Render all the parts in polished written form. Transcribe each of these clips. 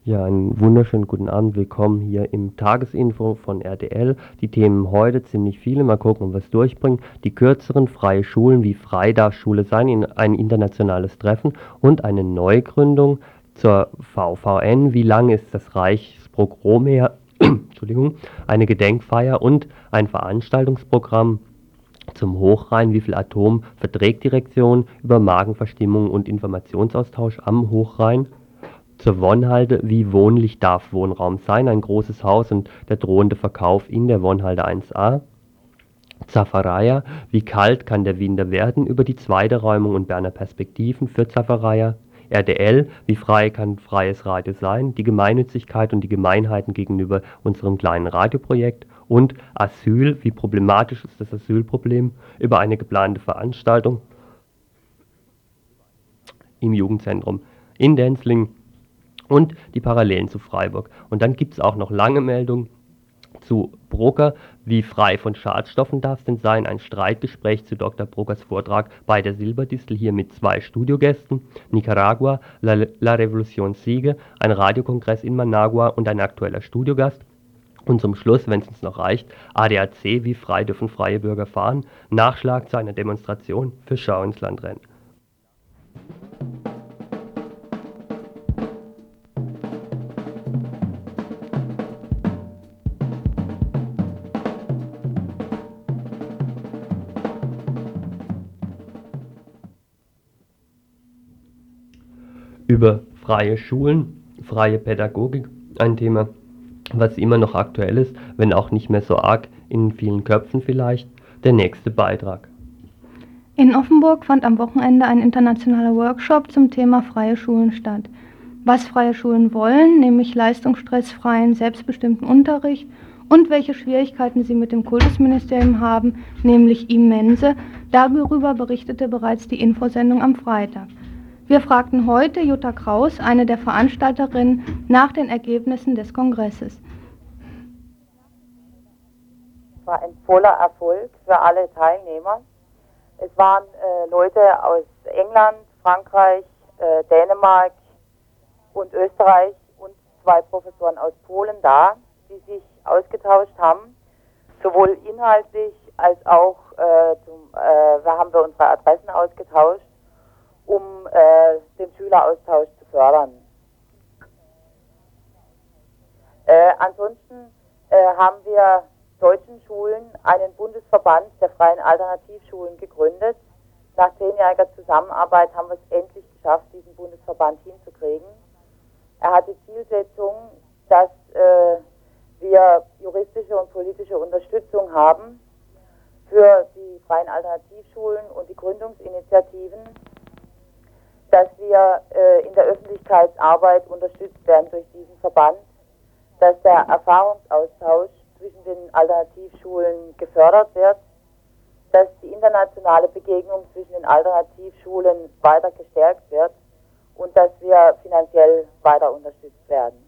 Ja, einen wunderschönen guten Abend. Willkommen hier im Tagesinfo von RTL. Die Themen heute ziemlich viele. Mal gucken, ob wir es durchbringen. Die kürzeren freie Schulen, wie frei darf Schule sein, ein internationales Treffen und eine Neugründung zur VVN. Wie lang ist das Reichspogrom her? Entschuldigung, eine Gedenkfeier und ein Veranstaltungsprogramm zum Hochrhein. Wie viel Atom verträgt die Direktion über Magenverstimmung und Informationsaustausch am Hochrhein? Zur Wohnhalde: Wie wohnlich darf Wohnraum sein? Ein großes Haus und der drohende Verkauf in der Wohnhalde 1a. Zafareia: Wie kalt kann der Winter werden? Über die zweite Räumung und Berner Perspektiven für Zafareia. RDL: Wie frei kann freies Radio sein? Die Gemeinnützigkeit und die Gemeinheiten gegenüber unserem kleinen Radioprojekt. Und Asyl: Wie problematisch ist das Asylproblem? Über eine geplante Veranstaltung im Jugendzentrum in Denzlingen und die Parallelen zu Freiburg. Und dann gibt es auch noch lange Meldungen zu Brugger. Wie frei von Schadstoffen darf es denn sein? Ein Streitgespräch zu Dr. Bruggers Vortrag bei der Silberdistel, hier mit 2 Studiogästen. Nicaragua, La Revolución sigue, ein Radiokongress in Managua und ein aktueller Studiogast. Und zum Schluss, wenn es uns noch reicht, ADAC: Wie frei dürfen freie Bürger fahren? Nachschlag zu einer Demonstration für Schau ins Land rennen. Über freie Schulen, freie Pädagogik, ein Thema, was immer noch aktuell ist, wenn auch nicht mehr so arg in vielen Köpfen vielleicht. Der nächste Beitrag. In Offenburg fand am Wochenende ein internationaler Workshop zum Thema freie Schulen statt. Was freie Schulen wollen, nämlich leistungsstressfreien, selbstbestimmten Unterricht, und welche Schwierigkeiten sie mit dem Kultusministerium haben, nämlich immense, darüber berichtete bereits die Infosendung am Freitag. Wir fragten heute Jutta Kraus, eine der Veranstalterinnen, nach den Ergebnissen des Kongresses. Es war ein voller Erfolg für alle Teilnehmer. Es waren Leute aus England, Frankreich, Dänemark und Österreich und 2 Professoren aus Polen da, die sich ausgetauscht haben, sowohl inhaltlich als auch haben wir unsere Adressen ausgetauscht, um den Schüleraustausch zu fördern. Ansonsten haben wir deutschen Schulen einen Bundesverband der freien Alternativschulen gegründet. Nach 10-jähriger Zusammenarbeit haben wir es endlich geschafft, diesen Bundesverband hinzukriegen. Er hat die Zielsetzung, dass wir juristische und politische Unterstützung haben für die freien Alternativschulen und die Gründungsinitiativen, dass wir in der Öffentlichkeitsarbeit unterstützt werden durch diesen Verband, dass der Erfahrungsaustausch zwischen den Alternativschulen gefördert wird, dass die internationale Begegnung zwischen den Alternativschulen weiter gestärkt wird und dass wir finanziell weiter unterstützt werden.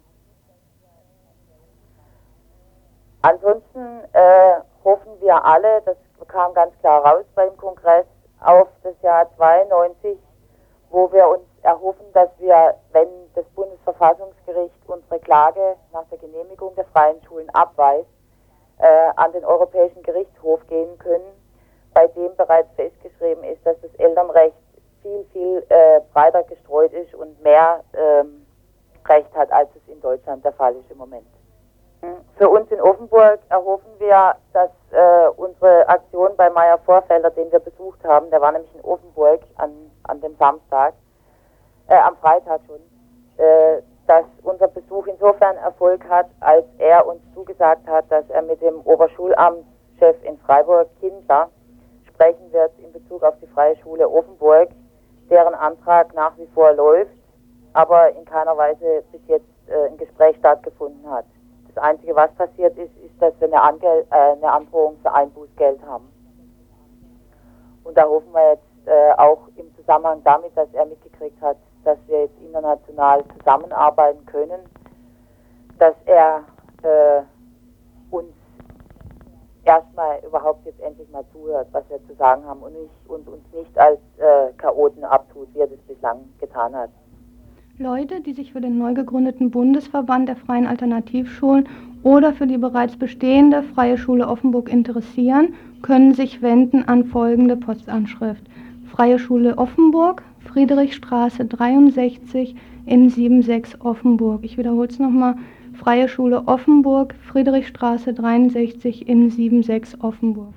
Ansonsten hoffen wir alle, das kam ganz klar raus beim Kongress, auf das Jahr 92, wo wir uns erhoffen, dass wir, wenn das Bundesverfassungsgericht unsere Klage nach der Genehmigung der freien Schulen abweist, an den Europäischen Gerichtshof gehen können, bei dem bereits festgeschrieben ist, dass das Elternrecht viel breiter gestreut ist und mehr Recht hat, als es in Deutschland der Fall ist im Moment. Für uns in Offenburg erhoffen wir, dass unsere Aktion bei Meyer Vorfelder, den wir besucht haben, der war nämlich in Offenburg an dem Samstag, am Freitag schon, dass unser Besuch insofern Erfolg hat, als er uns zugesagt hat, dass er mit dem Oberschulamtschef in Freiburg, Kindler, sprechen wird in Bezug auf die Freie Schule Offenburg, deren Antrag nach wie vor läuft, aber in keiner Weise bis jetzt ein Gespräch stattgefunden hat. Das Einzige, was passiert ist, dass wir eine Androhung für Einbußgeld haben. Und da hoffen wir jetzt auch im Zusammenhang damit, dass er mitgekriegt hat, dass wir jetzt international zusammenarbeiten können, dass er uns erstmal überhaupt jetzt endlich mal zuhört, was wir zu sagen haben und uns nicht als Chaoten abtut, wie er das bislang getan hat. Leute, die sich für den neu gegründeten Bundesverband der freien Alternativschulen oder für die bereits bestehende Freie Schule Offenburg interessieren, können sich wenden an folgende Postanschrift: Freie Schule Offenburg, Friedrichstraße 63 in 76 Offenburg. Ich wiederhole es nochmal: Freie Schule Offenburg, Friedrichstraße 63 in 76 Offenburg.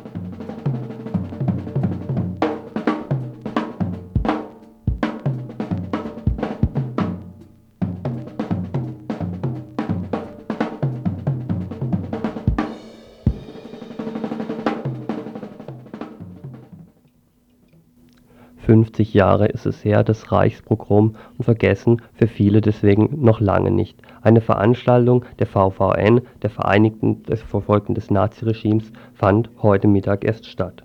»50 Jahre ist es her, das Reichspogrom, und vergessen für viele deswegen noch lange nicht. Eine Veranstaltung der VVN, der Vereinigten des Verfolgten des Naziregimes, fand heute Mittag erst statt.«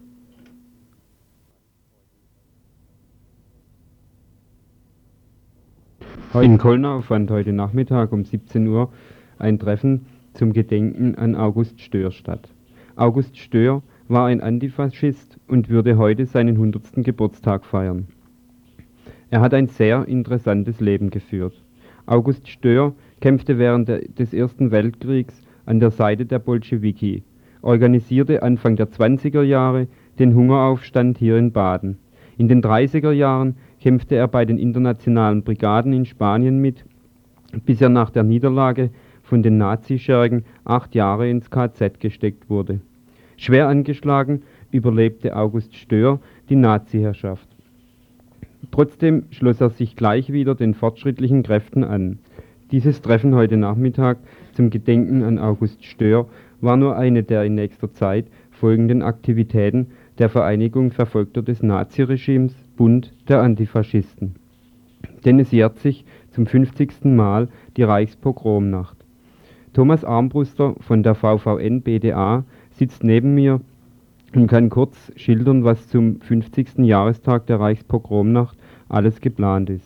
In Kollnau fand heute Nachmittag um 17 Uhr ein Treffen zum Gedenken an August Stöhr statt. August Stöhr war ein Antifaschist und würde heute seinen 100. Geburtstag feiern. Er hat ein sehr interessantes Leben geführt. August Stöhr kämpfte während des Ersten Weltkriegs an der Seite der Bolschewiki, organisierte Anfang der 20er Jahre den Hungeraufstand hier in Baden. In den 30er Jahren kämpfte er bei den internationalen Brigaden in Spanien mit, bis er nach der Niederlage von den Nazischergen 8 Jahre ins KZ gesteckt wurde. Schwer angeschlagen überlebte August Stöhr die Naziherrschaft. Trotzdem schloss er sich gleich wieder den fortschrittlichen Kräften an. Dieses Treffen heute Nachmittag zum Gedenken an August Stöhr war nur eine der in nächster Zeit folgenden Aktivitäten der Vereinigung Verfolgter des Naziregimes, Bund der Antifaschisten. Denn es jährt sich zum 50. Mal die Reichspogromnacht. Thomas Armbruster von der VVN-BDA sitzt neben mir und kann kurz schildern, was zum 50. Jahrestag der Reichspogromnacht alles geplant ist.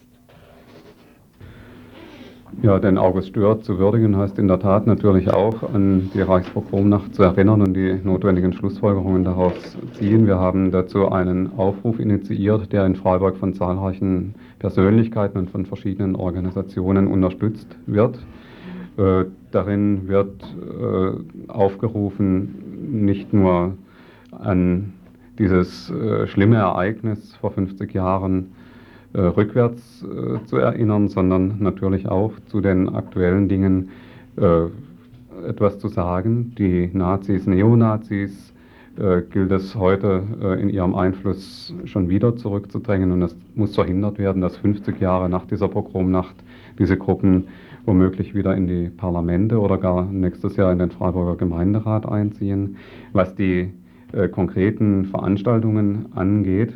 Ja, denn August Stöhr zu würdigen heißt in der Tat natürlich auch, an die Reichspogromnacht zu erinnern und die notwendigen Schlussfolgerungen daraus ziehen. Wir haben dazu einen Aufruf initiiert, der in Freiburg von zahlreichen Persönlichkeiten und von verschiedenen Organisationen unterstützt wird. Darin wird aufgerufen, nicht nur an dieses schlimme Ereignis vor 50 Jahren rückwärts zu erinnern, sondern natürlich auch zu den aktuellen Dingen etwas zu sagen. Die Nazis, Neonazis, gilt es heute in ihrem Einfluss schon wieder zurückzudrängen, und es muss verhindert werden, dass 50 Jahre nach dieser Pogromnacht diese Gruppen womöglich wieder in die Parlamente oder gar nächstes Jahr in den Freiburger Gemeinderat einziehen. Was die konkreten Veranstaltungen angeht,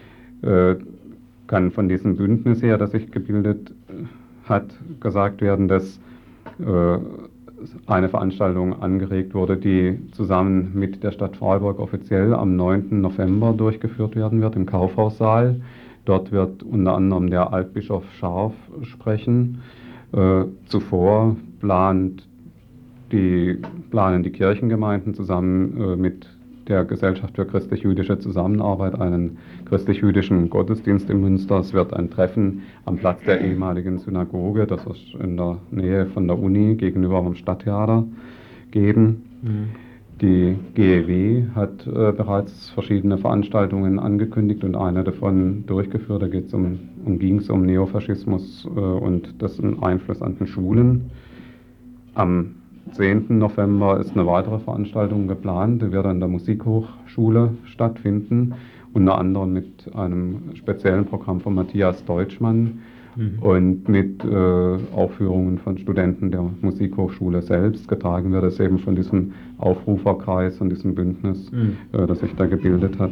kann von diesem Bündnis her, das sich gebildet hat, gesagt werden, dass eine Veranstaltung angeregt wurde, die zusammen mit der Stadt Freiburg offiziell am 9. November durchgeführt werden wird, im Kaufhaussaal. Dort wird unter anderem der Altbischof Scharf sprechen. Zuvor planen die Kirchengemeinden zusammen mit der Gesellschaft für christlich-jüdische Zusammenarbeit einen christlich-jüdischen Gottesdienst in Münster. Es wird ein Treffen am Platz der ehemaligen Synagoge, das ist in der Nähe von der Uni gegenüber vom Stadttheater, geben. Die GEW hat bereits verschiedene Veranstaltungen angekündigt und eine davon durchgeführt. Da ging es um Neofaschismus und dessen Einfluss an den Schulen. Am 10. November ist eine weitere Veranstaltung geplant, die wird an der Musikhochschule stattfinden, unter anderem mit einem speziellen Programm von Matthias Deutschmann und mit Aufführungen von Studenten der Musikhochschule selbst. Getragen wird es eben von diesem Aufruferkreis und diesem Bündnis, das sich da gebildet hat.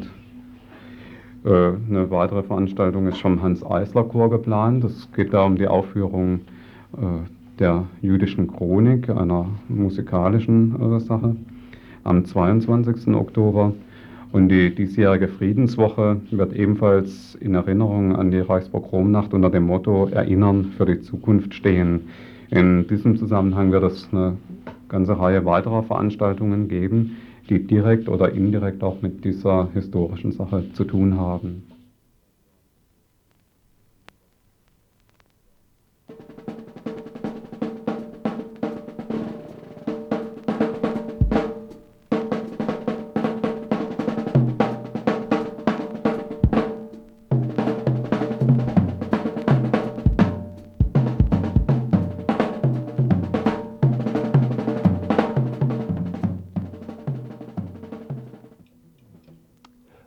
Eine weitere Veranstaltung ist vom Hans-Eisler-Chor geplant. Es geht da um die Aufführung der jüdischen Chronik, einer musikalischen Sache, am 22. Oktober. Und die diesjährige Friedenswoche wird ebenfalls in Erinnerung an die Reichspogromnacht unter dem Motto Erinnern für die Zukunft stehen. In diesem Zusammenhang wird es eine ganze Reihe weiterer Veranstaltungen geben, die direkt oder indirekt auch mit dieser historischen Sache zu tun haben.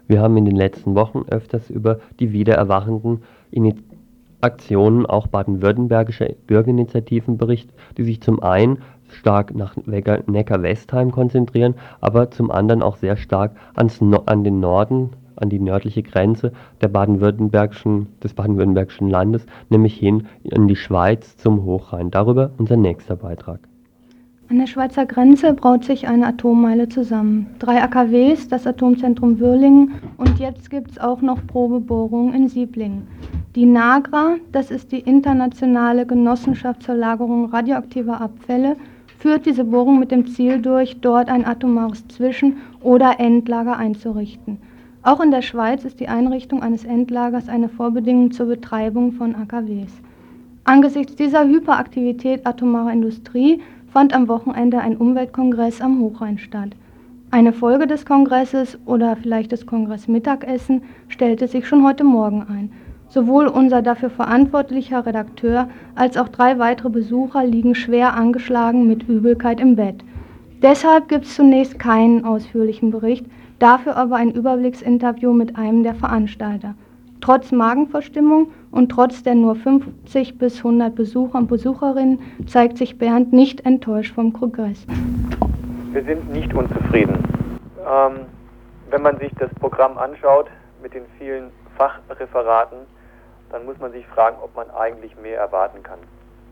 Wir haben in den letzten Wochen öfters über die wiedererwachenden Aktionen auch baden-württembergischer Bürgerinitiativen berichtet, die sich zum einen stark nach Neckar-Westheim konzentrieren, aber zum anderen auch sehr stark an den Norden, an die nördliche Grenze des baden-württembergischen Landes, nämlich hin in die Schweiz zum Hochrhein. Darüber unser nächster Beitrag. An der Schweizer Grenze braut sich eine Atommeile zusammen. 3 AKWs, das Atomzentrum Würlingen und jetzt gibt es auch noch Probebohrungen in Sieblingen. Die NAGRA, das ist die Internationale Genossenschaft zur Lagerung radioaktiver Abfälle, führt diese Bohrung mit dem Ziel durch, dort ein atomares Zwischen- oder Endlager einzurichten. Auch in der Schweiz ist die Einrichtung eines Endlagers eine Vorbedingung zur Betreibung von AKWs. Angesichts dieser Hyperaktivität atomarer Industrie fand am Wochenende ein Umweltkongress am Hochrhein statt. Eine Folge des Kongresses oder vielleicht des Kongressmittagessen stellte sich schon heute Morgen ein. Sowohl unser dafür verantwortlicher Redakteur als auch 3 weitere Besucher liegen schwer angeschlagen mit Übelkeit im Bett. Deshalb gibt es zunächst keinen ausführlichen Bericht, dafür aber ein Überblicksinterview mit einem der Veranstalter. Trotz Magenverstimmung und trotz der nur 50 bis 100 Besucher und Besucherinnen zeigt sich Bernd nicht enttäuscht vom Kongress. Wir sind nicht unzufrieden. Wenn man sich das Programm anschaut mit den vielen Fachreferaten, dann muss man sich fragen, ob man eigentlich mehr erwarten kann.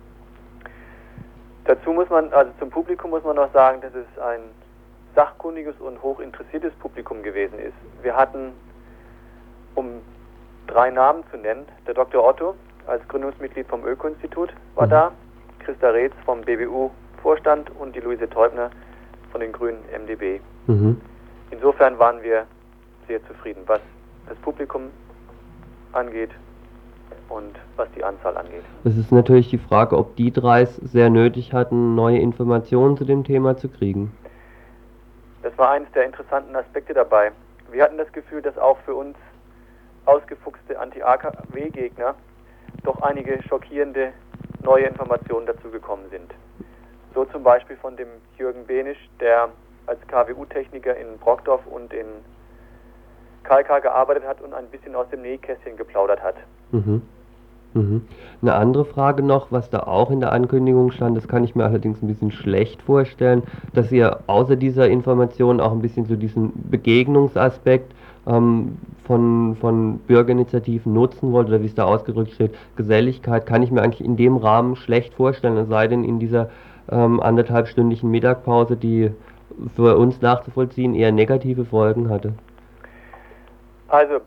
Dazu muss man, also zum Publikum muss man noch sagen, dass es ein sachkundiges und hochinteressiertes Publikum gewesen ist. Wir hatten, um 3 Namen zu nennen, der Dr. Otto als Gründungsmitglied vom Öko-Institut war da, Christa Reetz vom BBU-Vorstand und die Luise Teubner von den Grünen MdB. Insofern waren wir sehr zufrieden, was das Publikum angeht und was die Anzahl angeht. Es ist natürlich die Frage, ob die 3 es sehr nötig hatten, neue Informationen zu dem Thema zu kriegen. Das war eines der interessanten Aspekte dabei. Wir hatten das Gefühl, dass auch für uns ausgefuchste Anti-AKW-Gegner doch einige schockierende neue Informationen dazugekommen sind. So zum Beispiel von dem Jürgen Benisch, der als KWU-Techniker in Brockdorf und in KK gearbeitet hat und ein bisschen aus dem Nähkästchen geplaudert hat. Eine andere Frage noch, was da auch in der Ankündigung stand, das kann ich mir allerdings ein bisschen schlecht vorstellen, dass ihr außer dieser Information auch ein bisschen so diesen Begegnungsaspekt von Bürgerinitiativen nutzen wollt, oder wie es da ausgedrückt steht, Geselligkeit, kann ich mir eigentlich in dem Rahmen schlecht vorstellen, es sei denn in dieser 1,5-stündigen Mittagspause, die für uns nachzuvollziehen eher negative Folgen hatte. Also,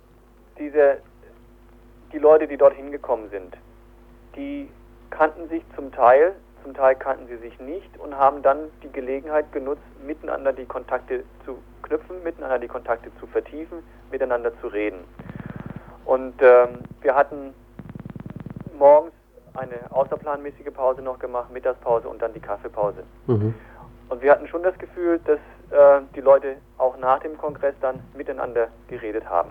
die Leute, die dort hingekommen sind, die kannten sich zum Teil kannten sie sich nicht und haben dann die Gelegenheit genutzt, miteinander die Kontakte zu knüpfen, miteinander die Kontakte zu vertiefen, miteinander zu reden. Und wir hatten morgens eine außerplanmäßige Pause noch gemacht, Mittagspause und dann die Kaffeepause. Und wir hatten schon das Gefühl, dass die Leute auch nach dem Kongress dann miteinander geredet haben.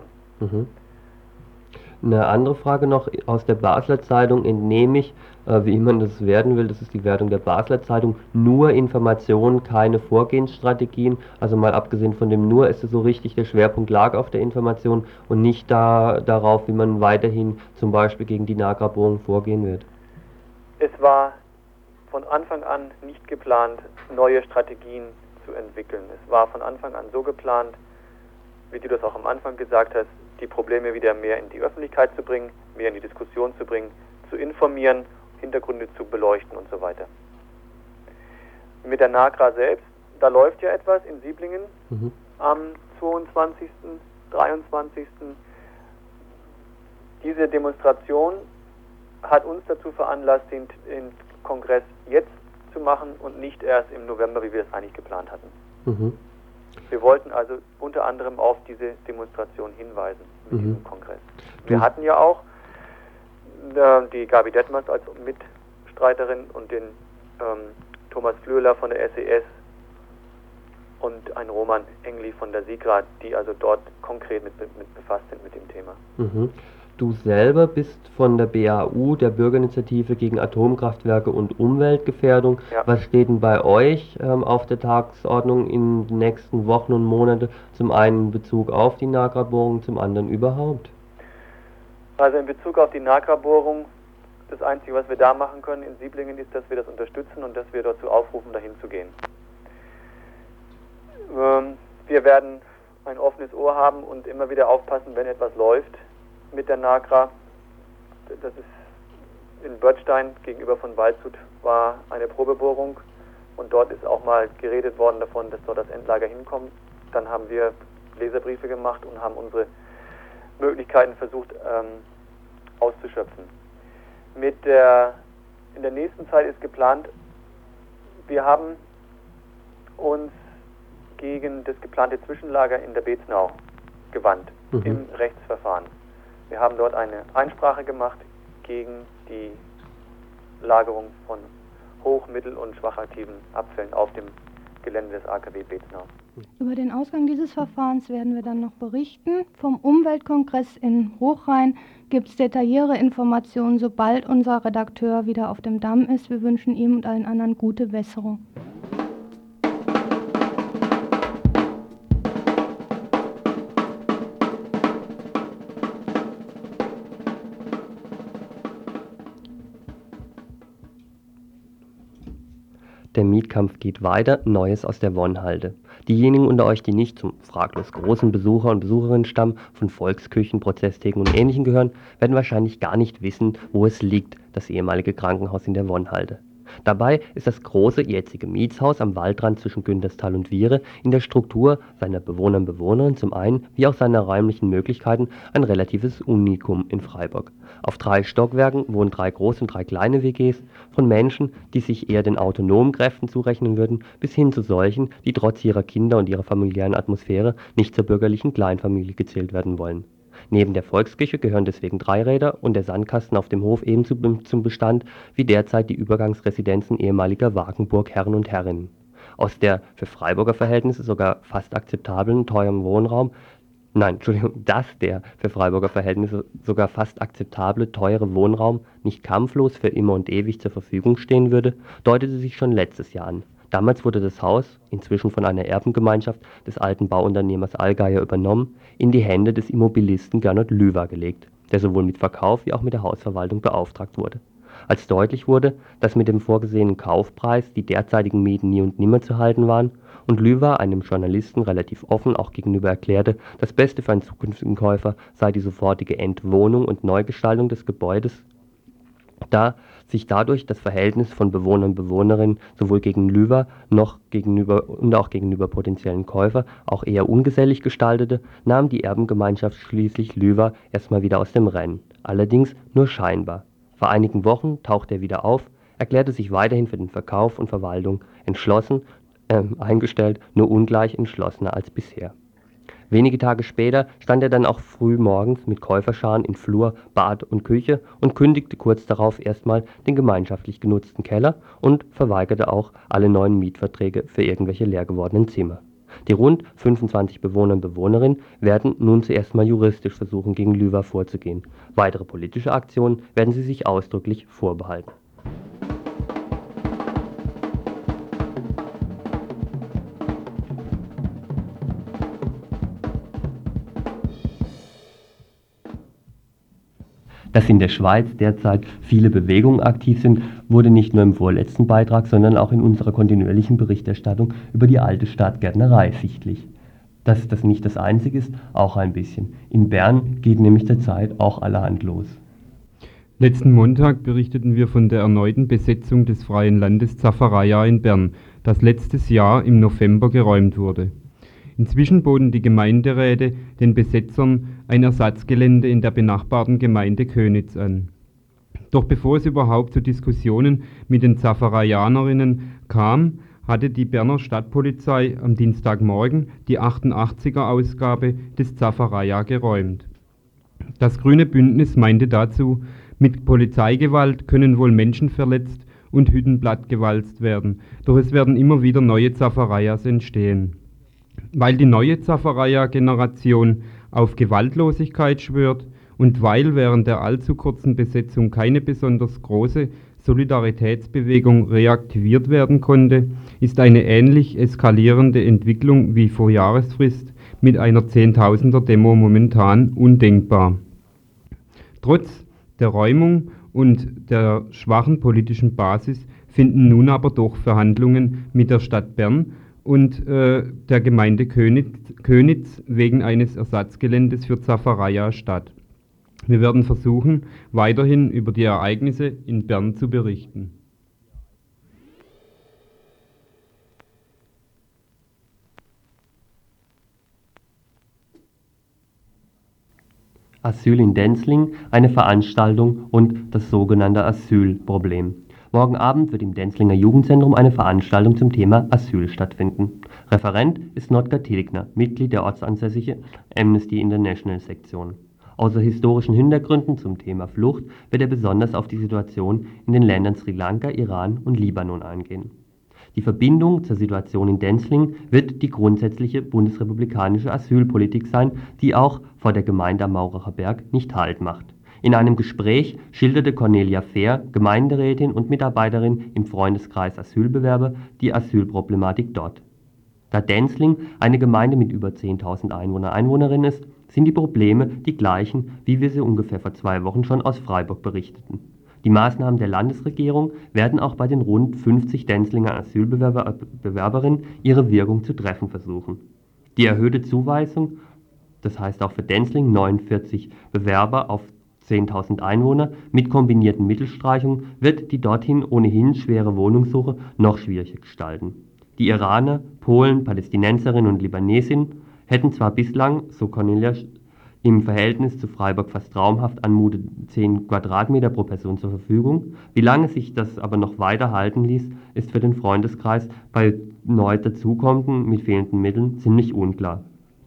Eine andere Frage noch aus der Basler Zeitung entnehme ich, wie immer das werden will, das ist die Wertung der Basler Zeitung, nur Informationen, keine Vorgehensstrategien, also mal abgesehen von dem nur, ist es so richtig, der Schwerpunkt lag auf der Information und nicht darauf, wie man weiterhin zum Beispiel gegen die NAGRA-Bohrung vorgehen wird. Es war von Anfang an nicht geplant, neue Strategien zu entwickeln. Es war von Anfang an so geplant, wie du das auch am Anfang gesagt hast, die Probleme wieder mehr in die Öffentlichkeit zu bringen, mehr in die Diskussion zu bringen, zu informieren, Hintergründe zu beleuchten und so weiter. Mit der NAGRA selbst, da läuft ja etwas in Sieblingen am 22., 23. Diese Demonstration hat uns dazu veranlasst, den Kongress jetzt zu machen und nicht erst im November, wie wir es eigentlich geplant hatten. Wir wollten also unter anderem auf diese Demonstration hinweisen mit diesem Kongress. Wir hatten ja auch die Gabi Detmers als Mitstreiterin und den Thomas Flöhler von der SES und ein Roman Engli von der SIGRA, die also dort konkret mit befasst sind mit dem Thema. Du selber bist von der BAU, der Bürgerinitiative gegen Atomkraftwerke und Umweltgefährdung. Ja. Was steht denn bei euch auf der Tagesordnung in den nächsten Wochen und Monaten? Zum einen in Bezug auf die NAGRA-Bohrung, zum anderen überhaupt? Also in Bezug auf die NAGRA-Bohrung, das Einzige, was wir da machen können in Sieblingen, ist, dass wir das unterstützen und dass wir dazu aufrufen, dahin zu gehen. Wir werden ein offenes Ohr haben und immer wieder aufpassen, wenn etwas läuft mit der NAGRA. Das ist in Böttstein gegenüber von Waldshut war eine Probebohrung und dort ist auch mal geredet worden davon, dass dort das Endlager hinkommt. Dann haben wir Leserbriefe gemacht und haben unsere Möglichkeiten versucht auszuschöpfen. In der nächsten Zeit ist geplant, wir haben uns gegen das geplante Zwischenlager in der Beznau gewandt, im Rechtsverfahren. Wir haben dort eine Einsprache gemacht gegen die Lagerung von hoch-, mittel- und schwachaktiven Abfällen auf dem Gelände des AKW Beznau. Über den Ausgang dieses Verfahrens werden wir dann noch berichten. Vom Umweltkongress in Hochrhein gibt es detaillierte Informationen, sobald unser Redakteur wieder auf dem Damm ist. Wir wünschen ihm und allen anderen gute Besserung. Der Mietkampf geht weiter, Neues aus der Wonnhalde. Diejenigen unter euch, die nicht zum fraglos großen Besucher- und Besucherinnenstamm von Volksküchen, Prozesstheken und Ähnlichem gehören, werden wahrscheinlich gar nicht wissen, wo es liegt, das ehemalige Krankenhaus in der Wonnhalde. Dabei ist das große jetzige Mietshaus am Waldrand zwischen Günterstal und Wiehre in der Struktur seiner Bewohner und Bewohnerinnen zum einen wie auch seiner räumlichen Möglichkeiten ein relatives Unikum in Freiburg. Auf 3 Stockwerken wohnen 3 große und 3 kleine WGs, von Menschen, die sich eher den autonomen Kräften zurechnen würden, bis hin zu solchen, die trotz ihrer Kinder und ihrer familiären Atmosphäre nicht zur bürgerlichen Kleinfamilie gezählt werden wollen. Neben der Volksküche gehören deswegen 3 Räder und der Sandkasten auf dem Hof ebenso zum Bestand wie derzeit die Übergangsresidenzen ehemaliger Wagenburg-Herren und Herrinnen. Aus der für Freiburger Verhältnisse sogar fast akzeptablen teuren Wohnraum dass der für Freiburger Verhältnisse sogar fast akzeptable teure Wohnraum nicht kampflos für immer und ewig zur Verfügung stehen würde, deutete sich schon letztes Jahr an. Damals wurde das Haus, inzwischen von einer Erbengemeinschaft des alten Bauunternehmers Allgeier übernommen, in die Hände des Immobilisten Gernot Lüwer gelegt, der sowohl mit Verkauf wie auch mit der Hausverwaltung beauftragt wurde. Als deutlich wurde, dass mit dem vorgesehenen Kaufpreis die derzeitigen Mieten nie und nimmer zu halten waren und Lüwer einem Journalisten relativ offen auch gegenüber erklärte, das Beste für einen zukünftigen Käufer sei die sofortige Entwohnung und Neugestaltung des Gebäudes, da sich dadurch das Verhältnis von Bewohnern und Bewohnerinnen sowohl gegen Lüwer noch gegenüber potenziellen Käufer auch eher ungesellig gestaltete, nahm die Erbengemeinschaft schließlich Lüwer erstmal wieder aus dem Rennen, allerdings nur scheinbar. Vor einigen Wochen tauchte er wieder auf, erklärte sich weiterhin für den Verkauf und Verwaltung eingestellt, nur ungleich entschlossener als bisher. Wenige Tage später stand er dann auch früh morgens mit Käuferscharen in Flur, Bad und Küche und kündigte kurz darauf erstmal den gemeinschaftlich genutzten Keller und verweigerte auch alle neuen Mietverträge für irgendwelche leer gewordenen Zimmer. Die rund 25 Bewohner und Bewohnerinnen werden nun zuerst mal juristisch versuchen, gegen Lüwer vorzugehen. Weitere politische Aktionen werden sie sich ausdrücklich vorbehalten. Dass in der Schweiz derzeit viele Bewegungen aktiv sind, wurde nicht nur im vorletzten Beitrag, sondern auch in unserer kontinuierlichen Berichterstattung über die alte Stadtgärtnerei sichtlich. Dass das nicht das Einzige ist, auch ein bisschen. In Bern geht nämlich derzeit auch allerhand los. Letzten Montag berichteten wir von der erneuten Besetzung des Freien Landes Zaffereijahr in Bern, das letztes Jahr im November geräumt wurde. Inzwischen boten die Gemeinderäte den Besetzern ein Ersatzgelände in der benachbarten Gemeinde Könitz an. Doch bevor es überhaupt zu Diskussionen mit den Zaffereianerinnen kam, hatte die Berner Stadtpolizei am Dienstagmorgen die 88er-Ausgabe des Zaffereijahr geräumt. Das Grüne Bündnis meinte dazu, mit Polizeigewalt können wohl Menschen verletzt und Hütten plattgewalzt werden, doch es werden immer wieder neue Zaffereias entstehen. Weil die neue Zaffereier-Generation auf Gewaltlosigkeit schwört Und weil während der allzu kurzen Besetzung keine besonders große Solidaritätsbewegung reaktiviert werden konnte, ist eine ähnlich eskalierende Entwicklung wie vor Jahresfrist mit einer Zehntausender-Demo momentan undenkbar. Trotz der Räumung und der schwachen politischen Basis finden nun aber doch Verhandlungen mit der Stadt Bern und der Gemeinde Könitz wegen eines Ersatzgeländes für Zafareia statt. Wir werden versuchen, weiterhin über die Ereignisse in Bern zu berichten. Asyl in Denzling, eine Veranstaltung und das sogenannte Asylproblem. Morgen Abend wird im Denzlinger Jugendzentrum eine Veranstaltung zum Thema Asyl stattfinden. Referent ist Notker Tilgner, Mitglied der ortsansässigen Amnesty International Sektion. Außer historischen Hintergründen zum Thema Flucht wird er besonders auf die Situation in den Ländern Sri Lanka, Iran und Libanon eingehen. Die Verbindung zur Situation in Denzling wird die grundsätzliche bundesrepublikanische Asylpolitik sein, die auch vor der Gemeinde am Mauracher Berg nicht Halt macht. In einem Gespräch schilderte Cornelia Fehr, Gemeinderätin und Mitarbeiterin im Freundeskreis Asylbewerber, die Asylproblematik dort. Da Denzling eine Gemeinde mit über 10.000 Einwohnerinnen ist, sind die Probleme die gleichen, wie wir sie ungefähr vor 2 Wochen schon aus Freiburg berichteten. Die Maßnahmen der Landesregierung werden auch bei den rund 50 Denzlinger Asylbewerberinnen ihre Wirkung zu treffen versuchen. Die erhöhte Zuweisung, das heißt auch für Denzling 49 Bewerber auf 10.000 Einwohner mit kombinierten Mittelstreichungen, wird die dorthin ohnehin schwere Wohnungssuche noch schwieriger gestalten. Die Iraner, Polen, Palästinenserinnen und Libanesinnen hätten zwar bislang, so Cornelia, im Verhältnis zu Freiburg fast traumhaft anmutet 10 Quadratmeter pro Person zur Verfügung. Wie lange sich das aber noch weiter halten ließ, ist für den Freundeskreis bei neu dazukommenden mit fehlenden Mitteln ziemlich unklar.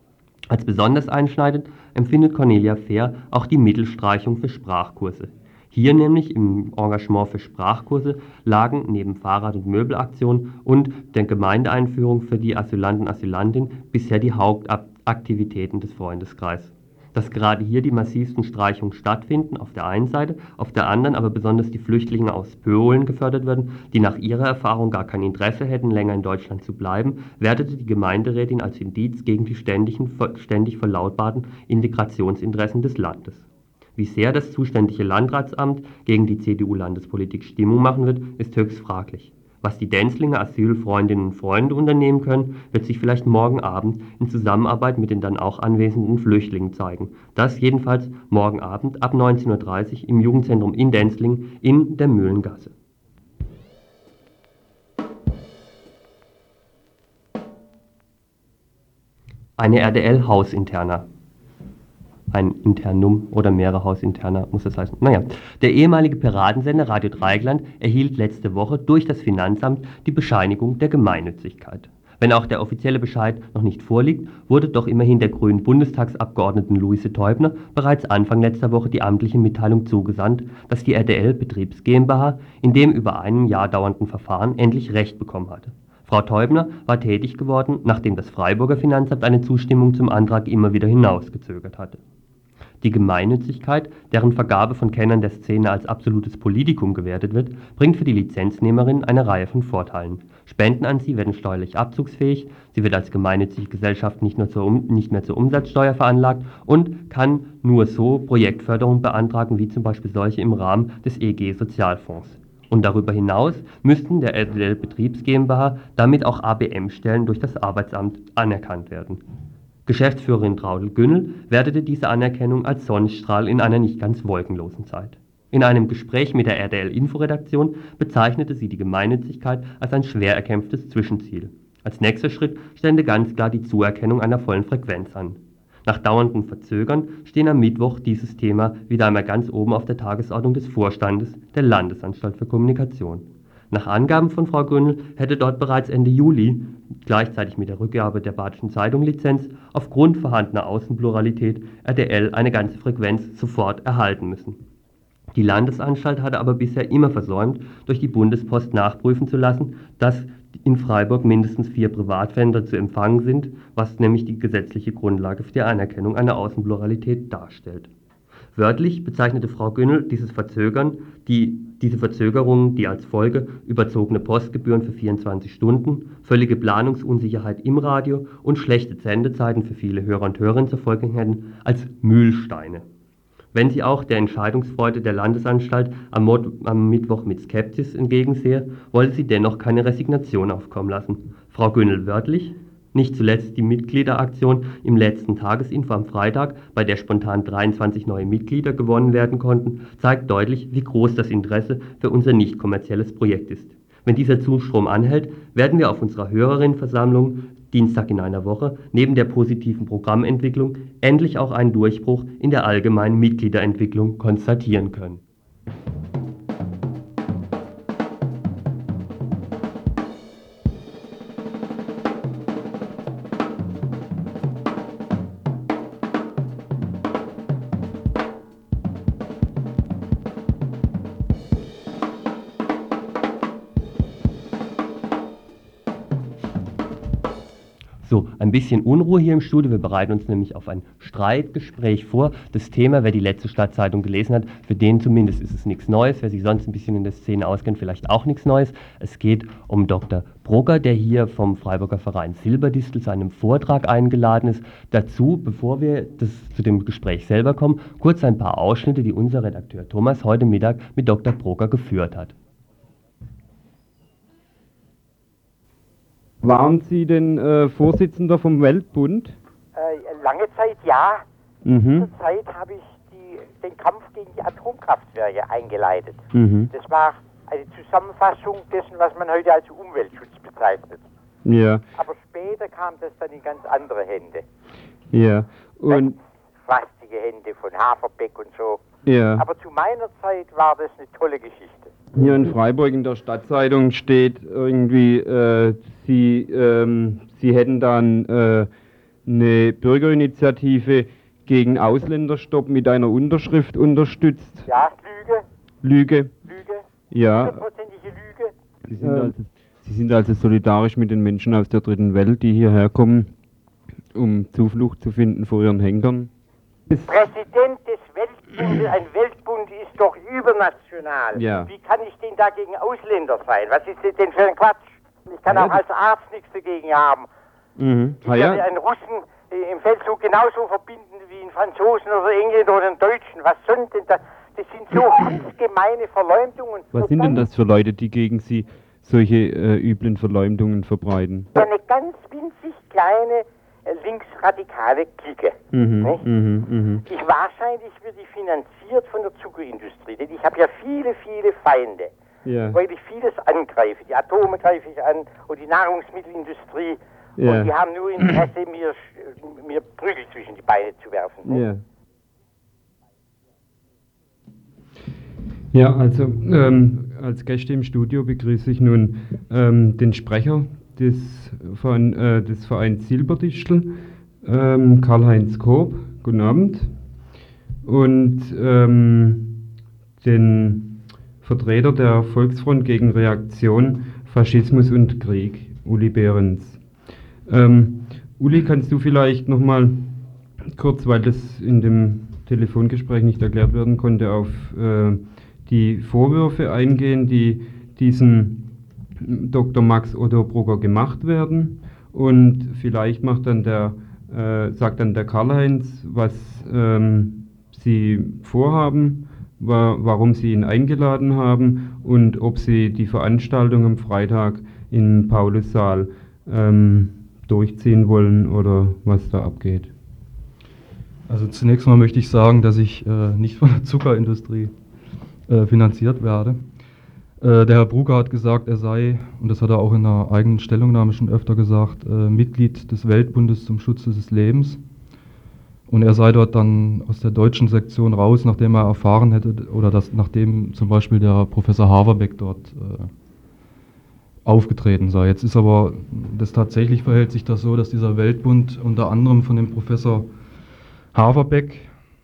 Als besonders einschneidend empfindet Cornelia Fehr auch die Mittelstreichung für Sprachkurse. Hier nämlich im Engagement für Sprachkurse lagen neben Fahrrad- und Möbelaktionen und der Gemeindeeinführung für die Asylanten und Asylantinnen bisher die Hauptaktivitäten des Freundeskreises. Dass gerade hier die massivsten Streichungen stattfinden, auf der einen Seite, auf der anderen aber besonders die Flüchtlinge aus Polen gefördert werden, die nach ihrer Erfahrung gar kein Interesse hätten, länger in Deutschland zu bleiben, wertete die Gemeinderätin als Indiz gegen die ständig verlautbarten Integrationsinteressen des Landes. Wie sehr das zuständige Landratsamt gegen die CDU-Landespolitik Stimmung machen wird, ist höchst fraglich. Was die Denzlinger Asylfreundinnen und Freunde unternehmen können, wird sich vielleicht morgen Abend in Zusammenarbeit mit den dann auch anwesenden Flüchtlingen zeigen. Das jedenfalls morgen Abend ab 19:30 Uhr im Jugendzentrum in Denzling in der Mühlengasse. Eine RDL-Hausinterna. Ein Internum oder mehrere Hausinterna muss das heißen. Naja, der ehemalige Piratensender Radio Dreieckland erhielt letzte Woche durch das Finanzamt die Bescheinigung der Gemeinnützigkeit. Wenn auch der offizielle Bescheid noch nicht vorliegt, wurde doch immerhin der grünen Bundestagsabgeordneten Luise Teubner bereits Anfang letzter Woche die amtliche Mitteilung zugesandt, dass die RDL Betriebs GmbH in dem über ein Jahr dauernden Verfahren endlich Recht bekommen hatte. Frau Teubner war tätig geworden, nachdem das Freiburger Finanzamt eine Zustimmung zum Antrag immer wieder hinausgezögert hatte. Die Gemeinnützigkeit, deren Vergabe von Kennern der Szene als absolutes Politikum gewertet wird, bringt für die Lizenznehmerin eine Reihe von Vorteilen. Spenden an sie werden steuerlich abzugsfähig, sie wird als gemeinnützige Gesellschaft nicht mehr zur Umsatzsteuer veranlagt und kann nur so Projektförderung beantragen, wie zum Beispiel solche im Rahmen des EG-Sozialfonds. Und darüber hinaus müssten der RDL Betriebs GmbH damit auch ABM-Stellen durch das Arbeitsamt anerkannt werden. Geschäftsführerin Traudl Günnel wertete diese Anerkennung als Sonnenstrahl in einer nicht ganz wolkenlosen Zeit. In einem Gespräch mit der RDL-Inforedaktion bezeichnete sie die Gemeinnützigkeit als ein schwer erkämpftes Zwischenziel. Als nächster Schritt stände ganz klar die Zuerkennung einer vollen Frequenz an. Nach dauerndem Verzögern stehen am Mittwoch dieses Thema wieder einmal ganz oben auf der Tagesordnung des Vorstandes der Landesanstalt für Kommunikation. Nach Angaben von Frau Günnel hätte dort bereits Ende Juli, gleichzeitig mit der Rückgabe der Badischen Zeitung Lizenz, aufgrund vorhandener Außenpluralität RDL eine ganze Frequenz sofort erhalten müssen. Die Landesanstalt hatte aber bisher immer versäumt, durch die Bundespost nachprüfen zu lassen, dass in Freiburg mindestens 4 Privatsender zu empfangen sind, was nämlich die gesetzliche Grundlage für die Anerkennung einer Außenpluralität darstellt. Wörtlich bezeichnete Frau Günnel diese Verzögerungen, die als Folge überzogene Postgebühren für 24 Stunden, völlige Planungsunsicherheit im Radio und schlechte Sendezeiten für viele Hörer und Hörerinnen zur Folge hätten, als Mühlsteine. Wenn sie auch der Entscheidungsfreude der Landesanstalt am Mittwoch mit Skepsis entgegensehe, wolle sie dennoch keine Resignation aufkommen lassen. Frau Günnel wörtlich: Nicht zuletzt die Mitgliederaktion im letzten Tagesinfo am Freitag, bei der spontan 23 neue Mitglieder gewonnen werden konnten, zeigt deutlich, wie groß das Interesse für unser nicht kommerzielles Projekt ist. Wenn dieser Zustrom anhält, werden wir auf unserer Hörerinnenversammlung Dienstag in einer Woche neben der positiven Programmentwicklung endlich auch einen Durchbruch in der allgemeinen Mitgliederentwicklung konstatieren können. So, ein bisschen Unruhe hier im Studio. Wir bereiten uns nämlich auf ein Streitgespräch vor. Das Thema, wer die letzte Stadtzeitung gelesen hat, für den zumindest ist es nichts Neues. Wer sich sonst ein bisschen in der Szene auskennt, vielleicht auch nichts Neues. Es geht um Dr. Brugger, der hier vom Freiburger Verein Silberdistel zu einem Vortrag eingeladen ist. Dazu, bevor wir zu dem Gespräch selber kommen, kurz ein paar Ausschnitte, die unser Redakteur Thomas heute Mittag mit Dr. Brugger geführt hat. Waren Sie denn Vorsitzender vom Weltbund? Lange Zeit ja. Mhm. Zur Zeit habe ich den Kampf gegen die Atomkraftwerke eingeleitet. Mhm. Das war eine Zusammenfassung dessen, was man heute als Umweltschutz bezeichnet. Ja. Aber später kam das dann in ganz andere Hände. Ja. Und Schwastige Hände von Haferbeck und so. ja. Aber zu meiner Zeit war das eine tolle Geschichte. Hier in Freiburg in der Stadtzeitung steht irgendwie, Sie hätten dann eine Bürgerinitiative gegen Ausländerstopp mit einer Unterschrift unterstützt. Ja, Lüge. Ja. 100%ige Lüge. Sie sind also solidarisch mit den Menschen aus der dritten Welt, die hierher kommen, um Zuflucht zu finden vor ihren Henkern. Präsident des Weltbundes, ein Weltbund ist doch übernational. Ja. Wie kann ich denn da gegen Ausländer sein? Was ist das denn für ein Quatsch? Ich kann auch als Arzt nichts dagegen haben. Mhm. Ich werde einen Russen im Feldzug genauso verbinden wie einen Franzosen oder Engländer oder einen Deutschen. Was soll denn das? Das sind so ganz gemeine Verleumdungen. Was sind denn das für Leute, die gegen Sie solche üblen Verleumdungen verbreiten? Eine ganz winzig kleine linksradikale Clique. Nicht? Wahrscheinlich wird die finanziert von der Zuckerindustrie, denn ich habe ja viele, viele Feinde, weil ich vieles angreife. Die Atome greife ich an und die Nahrungsmittelindustrie. Ja. Und die haben nur Interesse, mir Prügel zwischen die Beine zu werfen. Ja. Ja, also als Gäste im Studio begrüße ich nun den Sprecher des Vereins Silberdistel, Karl-Heinz Koop. Guten Abend. Und den Vertreter der Volksfront gegen Reaktion, Faschismus und Krieg, Uli Behrens. Uli, kannst du vielleicht nochmal kurz, weil das in dem Telefongespräch nicht erklärt werden konnte, auf die Vorwürfe eingehen, die diesem Dr. Max Otto Brugger gemacht werden, und vielleicht sagt dann der Karl-Heinz, was sie vorhaben, warum sie ihn eingeladen haben und ob sie die Veranstaltung am Freitag im Paulussaal durchziehen wollen oder was da abgeht. Also zunächst mal möchte ich sagen, dass ich nicht von der Zuckerindustrie finanziert werde. Der Herr Brugger hat gesagt, er sei, und das hat er auch in einer eigenen Stellungnahme schon öfter gesagt, Mitglied des Weltbundes zum Schutz des Lebens. Und er sei dort dann aus der deutschen Sektion raus, nachdem er erfahren hätte, oder nachdem zum Beispiel der Professor Haverbeck dort aufgetreten sei. Jetzt ist aber, tatsächlich verhält sich das so, dass dieser Weltbund unter anderem von dem Professor Haverbeck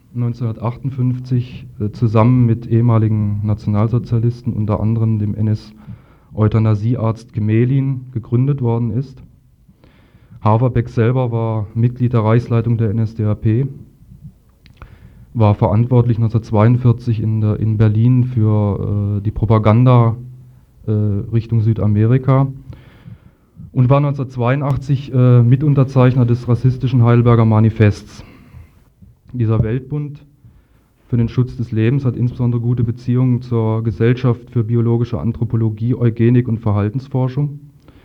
1958 zusammen mit ehemaligen Nationalsozialisten, unter anderem dem NS-Euthanasiearzt Gmelin, gegründet worden ist. Haverbeck selber war Mitglied der Reichsleitung der NSDAP. war verantwortlich 1942 in Berlin für die Propaganda Richtung Südamerika und war 1982 Mitunterzeichner des rassistischen Heidelberger Manifests. Dieser Weltbund für den Schutz des Lebens hat insbesondere gute Beziehungen zur Gesellschaft für biologische Anthropologie, Eugenik und Verhaltensforschung.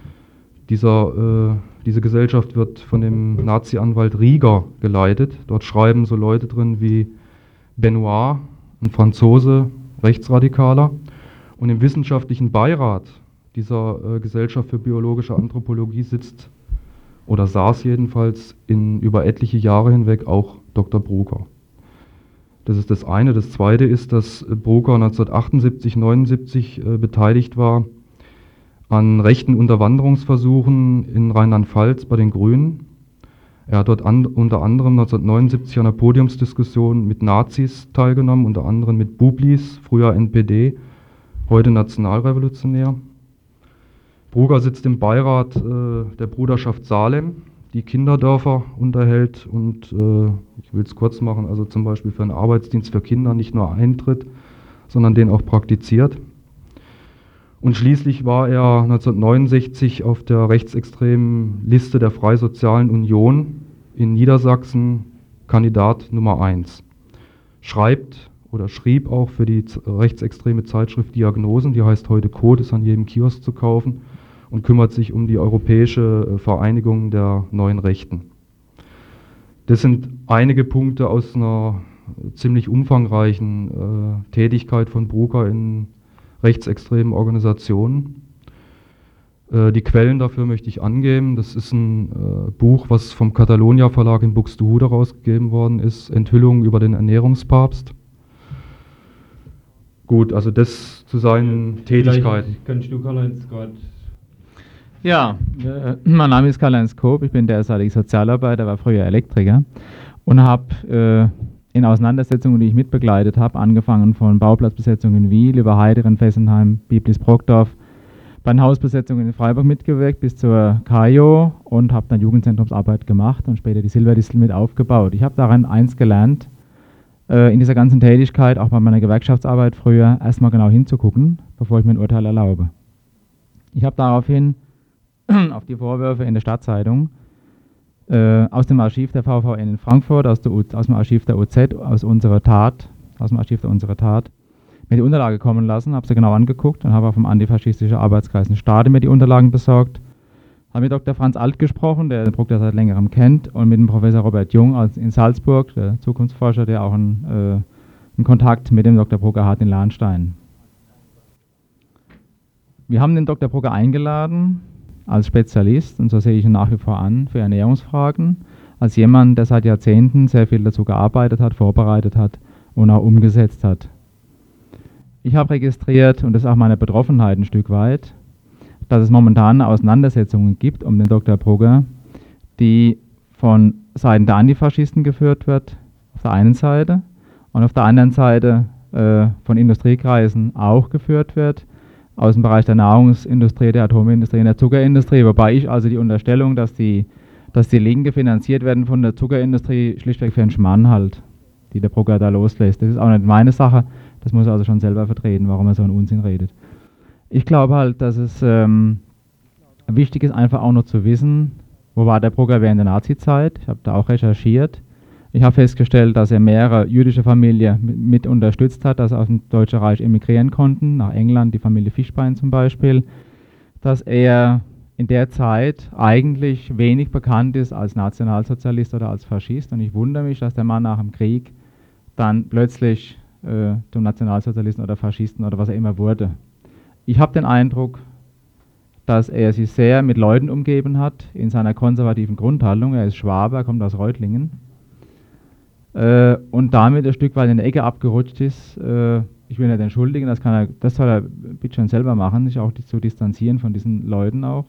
Diese Gesellschaft wird von dem Nazi-Anwalt Rieger geleitet. Dort schreiben so Leute drin wie Benoit, ein Franzose, Rechtsradikaler. Und im wissenschaftlichen Beirat dieser Gesellschaft für biologische Anthropologie sitzt oder saß jedenfalls über etliche Jahre hinweg auch Dr. Brucker. Das ist das eine. Das zweite ist, dass Brucker 1978, 79 beteiligt war an rechten Unterwanderungsversuchen in Rheinland-Pfalz bei den Grünen. Er hat dort unter anderem 1979 an einer Podiumsdiskussion mit Nazis teilgenommen, unter anderem mit Bublis, früher NPD, heute Nationalrevolutionär. Brucker sitzt im Beirat der Bruderschaft Salem, die Kinderdörfer unterhält und, ich will es kurz machen, also zum Beispiel für einen Arbeitsdienst für Kinder nicht nur eintritt, sondern den auch praktiziert. Und schließlich war er 1969 auf der rechtsextremen Liste der Freisozialen Union in Niedersachsen Kandidat Nummer 1. Schrieb auch für die rechtsextreme Zeitschrift Diagnosen, die heißt heute Code, ist an jedem Kiosk zu kaufen und kümmert sich um die europäische Vereinigung der neuen Rechten. Das sind einige Punkte aus einer ziemlich umfangreichen Tätigkeit von Brucker in rechtsextremen Organisationen. Die Quellen dafür möchte ich angeben. Das ist ein Buch, was vom Catalonia Verlag in Buxtehude herausgegeben worden ist, Enthüllungen über den Ernährungspapst. Gut, also das zu seinen Tätigkeiten. Kannst du, Karl-Heinz, gerade... Ja, mein Name ist Karl-Heinz Koop, ich bin derzeitig Sozialarbeiter, war früher Elektriker und habe in Auseinandersetzungen, die ich mitbegleitet habe, angefangen von Bauplatzbesetzungen in Wiel über Heideren, Fessenheim, Biblis, Brockdorf, bei den Hausbesetzungen in Freiburg mitgewirkt bis zur Kajo und habe dann Jugendzentrumsarbeit gemacht und später die Silberdistel mit aufgebaut. Ich habe daran eins gelernt, in dieser ganzen Tätigkeit, auch bei meiner Gewerkschaftsarbeit früher, erstmal genau hinzugucken, bevor ich mir ein Urteil erlaube. Ich habe daraufhin auf die Vorwürfe in der Stadtzeitung aus dem Archiv der VVN in Frankfurt, aus dem Archiv der OZ, aus dem Archiv der Unserer Tat, mir die Unterlage kommen lassen, habe sie genau angeguckt und habe auch vom antifaschistischen Arbeitskreis in Stade mir die Unterlagen besorgt. Habe mit Dr. Franz Alt gesprochen, der den Brucker seit längerem kennt, und mit dem Professor Robert Jung in Salzburg, der Zukunftsforscher, der auch einen Kontakt mit dem Dr. Brucker hat in Lahnstein. Wir haben den Dr. Brucker eingeladen als Spezialist, und so sehe ich ihn nach wie vor an, für Ernährungsfragen, als jemand, der seit Jahrzehnten sehr viel dazu gearbeitet hat, vorbereitet hat und auch umgesetzt hat. Ich habe registriert, und das ist auch meine Betroffenheit ein Stück weit, dass es momentan Auseinandersetzungen gibt um den Dr. Brucker, die von Seiten der Antifaschisten geführt wird, auf der einen Seite, und auf der anderen Seite von Industriekreisen auch geführt wird, aus dem Bereich der Nahrungsindustrie, der Atomindustrie und der Zuckerindustrie, wobei ich also die Unterstellung, dass die Linke finanziert werden von der Zuckerindustrie, schlichtweg für einen Schmarrn halt, die der Brucker da loslässt. Das ist auch nicht meine Sache, das muss er also schon selber vertreten, warum er so einen Unsinn redet. Ich glaube halt, dass es wichtig ist, einfach auch noch zu wissen, wo war der Brucker während der Nazizeit. Ich habe da auch recherchiert. Ich habe festgestellt, dass er mehrere jüdische Familien mit unterstützt hat, dass sie aus dem Deutschen Reich emigrieren konnten, nach England, die Familie Fischbein zum Beispiel. Dass er in der Zeit eigentlich wenig bekannt ist als Nationalsozialist oder als Faschist. Und ich wundere mich, dass der Mann nach dem Krieg dann plötzlich zum Nationalsozialisten oder Faschisten oder was er immer wurde. Ich habe den Eindruck, dass er sich sehr mit Leuten umgeben hat in seiner konservativen Grundhaltung. Er ist Schwabe, er kommt aus Reutlingen. Und damit ein Stück weit in die Ecke abgerutscht ist. Ich will nicht entschuldigen, das soll er bitte schon selber machen, sich auch zu distanzieren von diesen Leuten auch.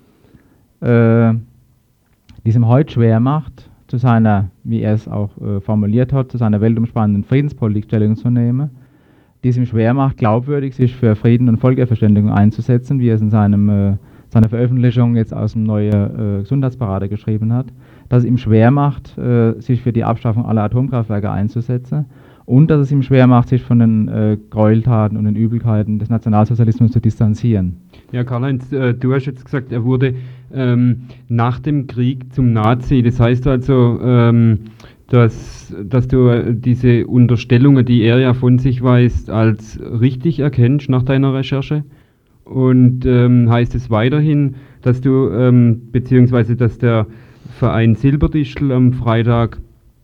Diesem heute schwer macht, zu seiner, wie er es auch formuliert hat, zu seiner weltumspannenden Friedenspolitik Stellung zu nehmen, die es ihm schwer macht, glaubwürdig sich für Frieden und Völkerverständigung einzusetzen, wie er es in seinem seine Veröffentlichung jetzt aus dem Neue Gesundheitsberater geschrieben hat, dass es ihm schwer macht, sich für die Abschaffung aller Atomkraftwerke einzusetzen und dass es ihm schwer macht, sich von den Gräueltaten und den Übelkeiten des Nationalsozialismus zu distanzieren. Ja, Karl-Heinz, du hast jetzt gesagt, er wurde nach dem Krieg zum Nazi. Das heißt also, dass du diese Unterstellungen, die er ja von sich weist, als richtig erkennst nach deiner Recherche? Und heißt es weiterhin, dass du, beziehungsweise dass der Verein Silberdistel am Freitag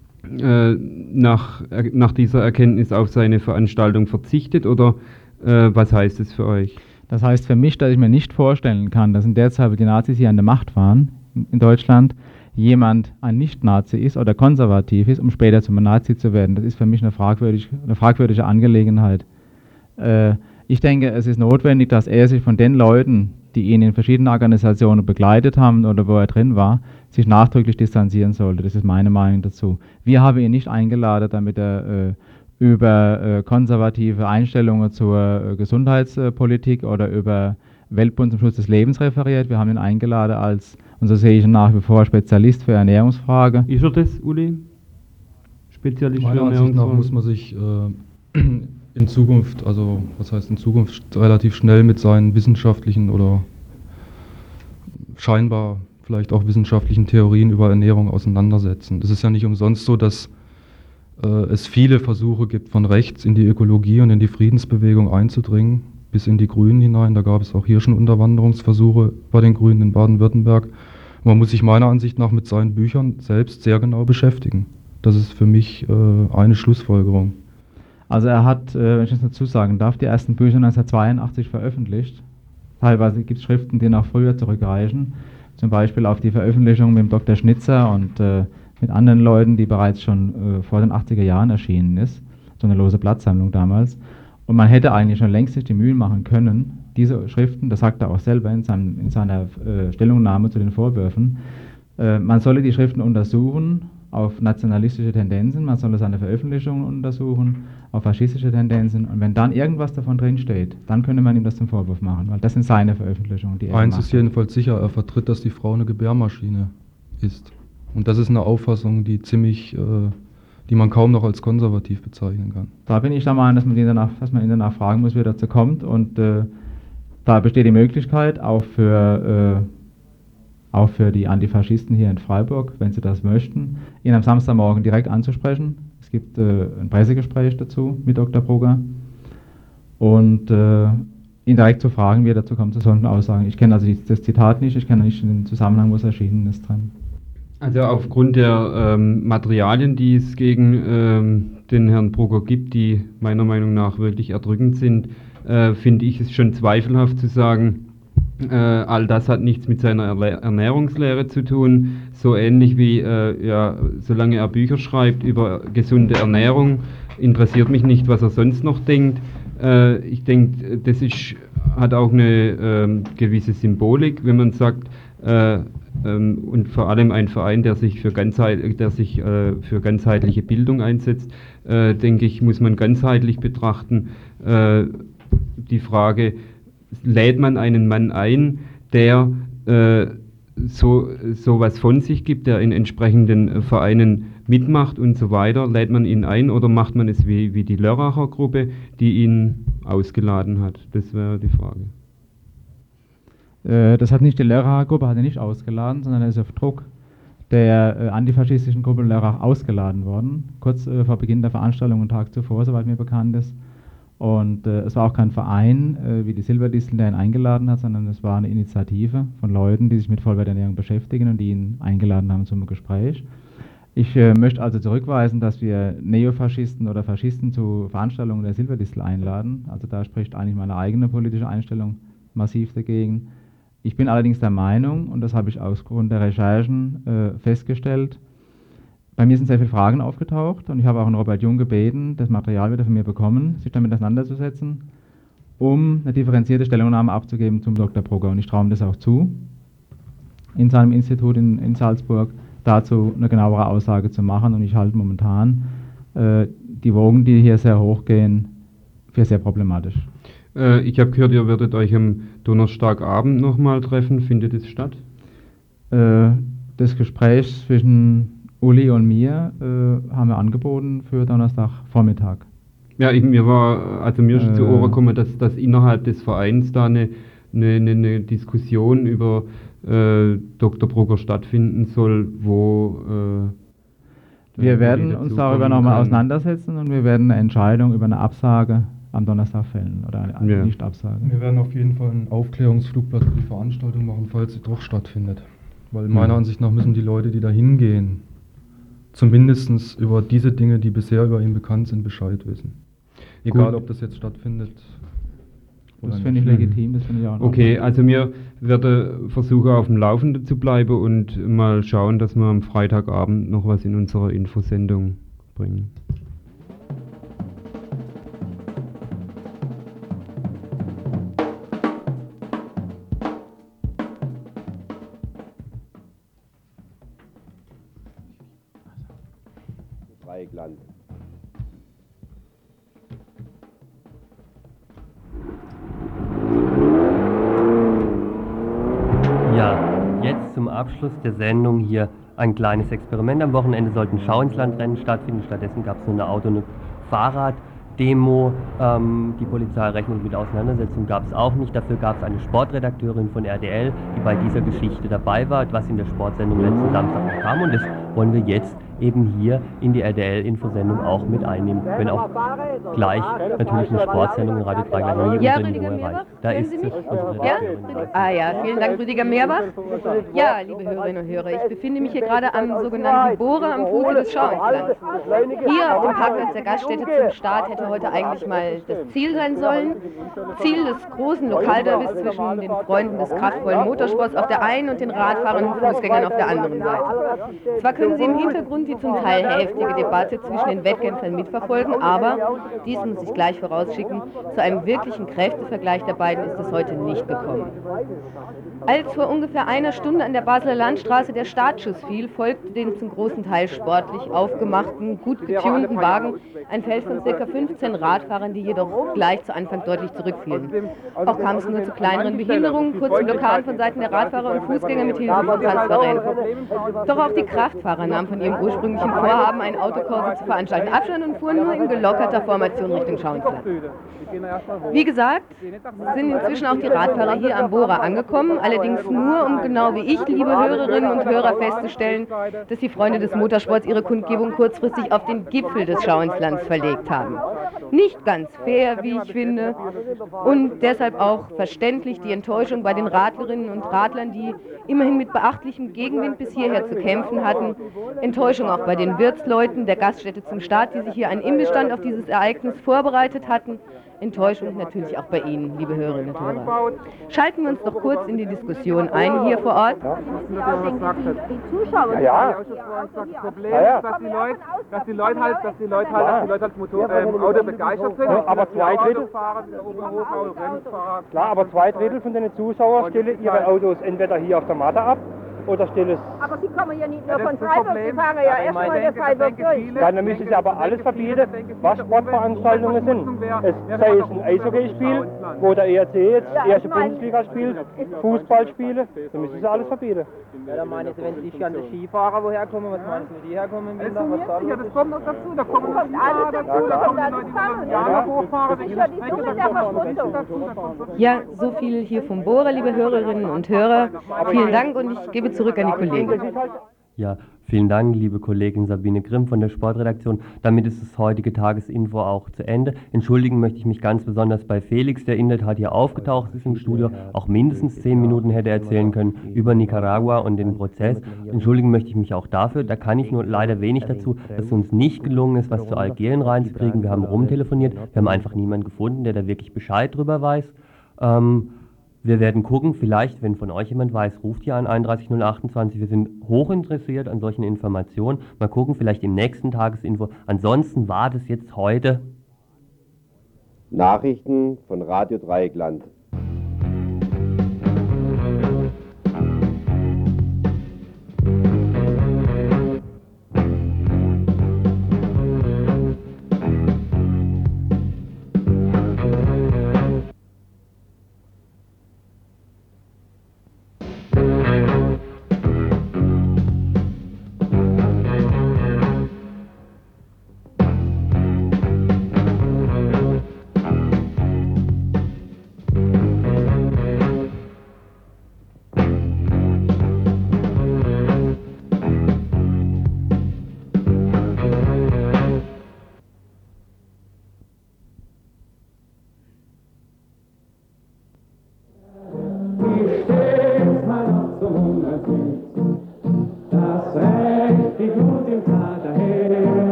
nach dieser Erkenntnis auf seine Veranstaltung verzichtet, oder was heißt es für euch? Das heißt für mich, dass ich mir nicht vorstellen kann, dass in der Zeit, wo die Nazis hier an der Macht waren, in Deutschland, jemand ein Nicht-Nazi ist oder konservativ ist, um später zum Nazi zu werden. Das ist für mich eine fragwürdige Angelegenheit. Ich denke, es ist notwendig, dass er sich von den Leuten, die ihn in verschiedenen Organisationen begleitet haben oder wo er drin war, sich nachdrücklich distanzieren sollte. Das ist meine Meinung dazu. Wir haben ihn nicht eingeladen, damit er über konservative Einstellungen zur Gesundheitspolitik oder über Weltbund zum Schutz des Lebens referiert. Wir haben ihn eingeladen als, und so sehe ich ihn nach wie vor, Spezialist für Ernährungsfragen. Ist er das, Uli? Spezialist für Meiner Ansicht nach muss man sich in Zukunft, also was heißt in Zukunft, relativ schnell mit seinen wissenschaftlichen oder scheinbar vielleicht auch wissenschaftlichen Theorien über Ernährung auseinandersetzen. Es ist ja nicht umsonst so, dass es viele Versuche gibt, von rechts in die Ökologie und in die Friedensbewegung einzudringen, bis in die Grünen hinein. Da gab es auch hier schon Unterwanderungsversuche bei den Grünen in Baden-Württemberg. Man muss sich meiner Ansicht nach mit seinen Büchern selbst sehr genau beschäftigen. Das ist für mich eine Schlussfolgerung. Also er hat, wenn ich das dazu sagen darf, die ersten Bücher 1982 veröffentlicht. Teilweise gibt es Schriften, die noch früher zurückreichen. Zum Beispiel auf die Veröffentlichung mit dem Dr. Schnitzer und mit anderen Leuten, die bereits schon vor den 80er Jahren erschienen ist. So eine lose Blattsammlung damals. Und man hätte eigentlich schon längst sich die Mühe machen können, diese Schriften, das sagt er auch selber in seiner Stellungnahme zu den Vorwürfen, man solle die Schriften untersuchen auf nationalistische Tendenzen, man solle seine Veröffentlichungen untersuchen auf faschistische Tendenzen, und wenn dann irgendwas davon drin steht, dann könnte man ihm das zum Vorwurf machen, weil das sind seine Veröffentlichungen, die er Eins ist jedenfalls sicher, er vertritt, dass die Frau eine Gebärmaschine ist. Und das ist eine Auffassung, die die man kaum noch als konservativ bezeichnen kann. Da bin ich der Meinung, dass man ihn danach fragen muss, wie er dazu kommt, und da besteht die Möglichkeit, auch für die Antifaschisten hier in Freiburg, wenn sie das möchten, ihn am Samstagmorgen direkt anzusprechen. Es gibt ein Pressegespräch dazu mit Dr. Brugger und ihn direkt zu fragen, wie er dazu kommt, zu solchen Aussagen. Ich kenne also das Zitat nicht, ich kenne nicht den Zusammenhang, wo es erschienen ist drin. Also aufgrund der Materialien, die es gegen den Herrn Brugger gibt, die meiner Meinung nach wirklich erdrückend sind, finde ich es schon zweifelhaft zu sagen, all das hat nichts mit seiner Ernährungslehre zu tun, so ähnlich wie, solange er Bücher schreibt über gesunde Ernährung, interessiert mich nicht, was er sonst noch denkt. Ich denke, das hat auch eine gewisse Symbolik, wenn man sagt, und vor allem ein Verein, der sich für ganzheitliche Bildung einsetzt, denke ich, muss man ganzheitlich betrachten. Die Frage, lädt man einen Mann ein, der sowas von sich gibt, der in entsprechenden Vereinen mitmacht und so weiter, lädt man ihn ein, oder macht man es wie die Lörracher Gruppe, die ihn ausgeladen hat? Das wäre die Frage. Das hat nicht die Lörracher Gruppe, hat er nicht ausgeladen, sondern er ist auf Druck der antifaschistischen Gruppe Lörrach ausgeladen worden, kurz vor Beginn der Veranstaltung einen Tag zuvor, soweit mir bekannt ist. Und es war auch kein Verein wie die Silberdistel, der ihn eingeladen hat, sondern es war eine Initiative von Leuten, die sich mit Vollwerternährung beschäftigen und die ihn eingeladen haben zum Gespräch. Ich möchte also zurückweisen, dass wir Neofaschisten oder Faschisten zu Veranstaltungen der Silberdistel einladen. Also da spricht eigentlich meine eigene politische Einstellung massiv dagegen. Ich bin allerdings der Meinung, und das habe ich aufgrund der Recherchen festgestellt, bei mir sind sehr viele Fragen aufgetaucht und ich habe auch einen Robert Jung gebeten, das Material wieder von mir bekommen, sich damit auseinanderzusetzen, um eine differenzierte Stellungnahme abzugeben zum Dr. Brugger. Und ich traue ihm das auch zu, in seinem Institut in Salzburg dazu eine genauere Aussage zu machen. Und ich halte momentan die Wogen, die hier sehr hoch gehen, für sehr problematisch. Ich habe gehört, ihr werdet euch am Donnerstagabend nochmal treffen. Findet es statt? Das Gespräch zwischen Uli und mir haben wir angeboten für Donnerstagvormittag. Ja, mir ist zu Ohren gekommen, dass innerhalb des Vereins da eine Diskussion über Dr. Brugger stattfinden soll, wo wir werden uns darüber nochmal auseinandersetzen und wir werden eine Entscheidung über eine Absage am Donnerstag fällen oder eine Nicht-Absage. Wir werden auf jeden Fall einen Aufklärungsflugblatt für die Veranstaltung machen, falls sie doch stattfindet. Weil meiner Ansicht nach müssen die Leute, die da hingehen, zumindest über diese Dinge, die bisher über ihn bekannt sind, Bescheid wissen. Egal, ob das jetzt stattfindet. Das finde ich legitim, das finde ich auch. Okay, also wir werden versuchen, auf dem Laufenden zu bleiben und mal schauen, dass wir am Freitagabend noch was in unserer Infosendung bringen. Dreieckland. Ja, jetzt zum Abschluss der Sendung hier ein kleines Experiment. Am Wochenende sollten Schau ins Land-Rennen stattfinden. Stattdessen gab es nur eine Auto- und Fahrraddemo. Die Polizei rechnet mit Auseinandersetzung gab es auch nicht. Dafür gab es eine Sportredakteurin von RTL, die bei dieser Geschichte dabei war, was in der Sportsendung letzten Samstag kam. Und das wollen wir jetzt eben hier in die RTL-Infosendung auch mit einnehmen. Wenn auch gleich natürlich eine Sportsendung in Radio Dreieckland. Ja, Rüdiger Meerbach, da hören ist Sie mich? Ja? Vielen Dank, Rüdiger Meerbach. Ja, liebe Hörerinnen und Hörer, ich befinde mich hier gerade am sogenannten Bohrer am Fuße des Schauinslands. Hier auf dem Parkplatz der Gaststätte zum Start hätte heute eigentlich mal das Ziel sein sollen. Ziel des großen Lokalderbys zwischen den Freunden des kraftvollen Motorsports auf der einen und den Radfahrern und Fußgängern auf der anderen Seite. Zwar können Sie im Hintergrund die zum Teil heftige Debatte zwischen den Wettkämpfern mitverfolgen, aber, dies muss ich gleich vorausschicken, zu einem wirklichen Kräftevergleich der beiden ist es heute nicht gekommen. Als vor ungefähr einer Stunde an der Basler Landstraße der Startschuss fiel, folgte den zum großen Teil sportlich aufgemachten, gut getunten Wagen ein Feld von ca. 15 Radfahrern, die jedoch gleich zu Anfang deutlich zurückfielen. Auch kam es nur zu kleineren Behinderungen, kurzen Blockaden von Seiten der Radfahrer und Fußgänger mit Hilfe von Transparenten. Doch auch die Kraftfahrer nahmen von ihrem ursprünglichen Vorhaben, einen Autokorso zu veranstalten, Abstand und fuhren nur in gelockerter Formation Richtung Schau ins Land. Wie gesagt, sind inzwischen auch die Radfahrer hier am Bohrer angekommen, allerdings nur, um genau wie ich, liebe Hörerinnen und Hörer, festzustellen, dass die Freunde des Motorsports ihre Kundgebung kurzfristig auf den Gipfel des Schau ins Lands verlegt haben. Nicht ganz fair, wie ich finde, und deshalb auch verständlich die Enttäuschung bei den Radlerinnen und Radlern, die immerhin mit beachtlichem Gegenwind bis hierher zu kämpfen hatten. Enttäuschung auch bei den Wirtsleuten der Gaststätte zum Start, die sich hier einen Imbissstand auf dieses Ereignis vorbereitet hatten. Enttäuschung natürlich auch bei Ihnen, liebe Hörerinnen und Hörer. Schalten wir uns doch kurz in die Diskussion ein hier vor Ort. Die Zuschauer. Ja. Dass die Leute halt Auto begeistert sind. Aber zwei Drittel von den Zuschauern stellen ihre Autos entweder hier auf der Matte ab oder stellen es. Aber Sie kommen ja nicht nur von Freiburg, Sie fahren ja erstmal der Freiburg durch. Ja, dann müssen Sie aber alles verbieten, was Sportveranstaltungen sind. Es sei es ein Eishockeyspiel, wo der ERC jetzt erste Bundesliga spielt, Fußballspiele, dann müssen Sie alles verbieten. Ja, dann meinen Sie, wenn die ganzen Skifahrer woher kommen, was meinen Sie, die herkommen im Winter? Ja, das kommt noch dazu, da kommen alles dazu, da kommen die Leute hochfahren, Ja, so viel hier vom Bohrer, liebe Hörerinnen und Hörer. Vielen Dank und ich gebe zurück an die Kollegen. Ja, vielen Dank, liebe Kollegin Sabine Grimm von der Sportredaktion. Damit ist das heutige Tagesinfo auch zu Ende. Entschuldigen möchte ich mich ganz besonders bei Felix, der in der Tat hier aufgetaucht ist im Studio, auch mindestens 10 Minuten hätte erzählen können über Nicaragua und den Prozess. Entschuldigen möchte ich mich auch dafür, da kann ich nur leider wenig dazu, dass es uns nicht gelungen ist, was zu Algerien reinzukriegen. Wir haben rumtelefoniert, wir haben einfach niemanden gefunden, der da wirklich Bescheid drüber weiß. Wir werden gucken, vielleicht, wenn von euch jemand weiß, ruft hier an 31028. Wir sind hochinteressiert an solchen Informationen. Mal gucken, vielleicht im nächsten Tagesinfo. Ansonsten war das jetzt heute Nachrichten von Radio Dreieckland.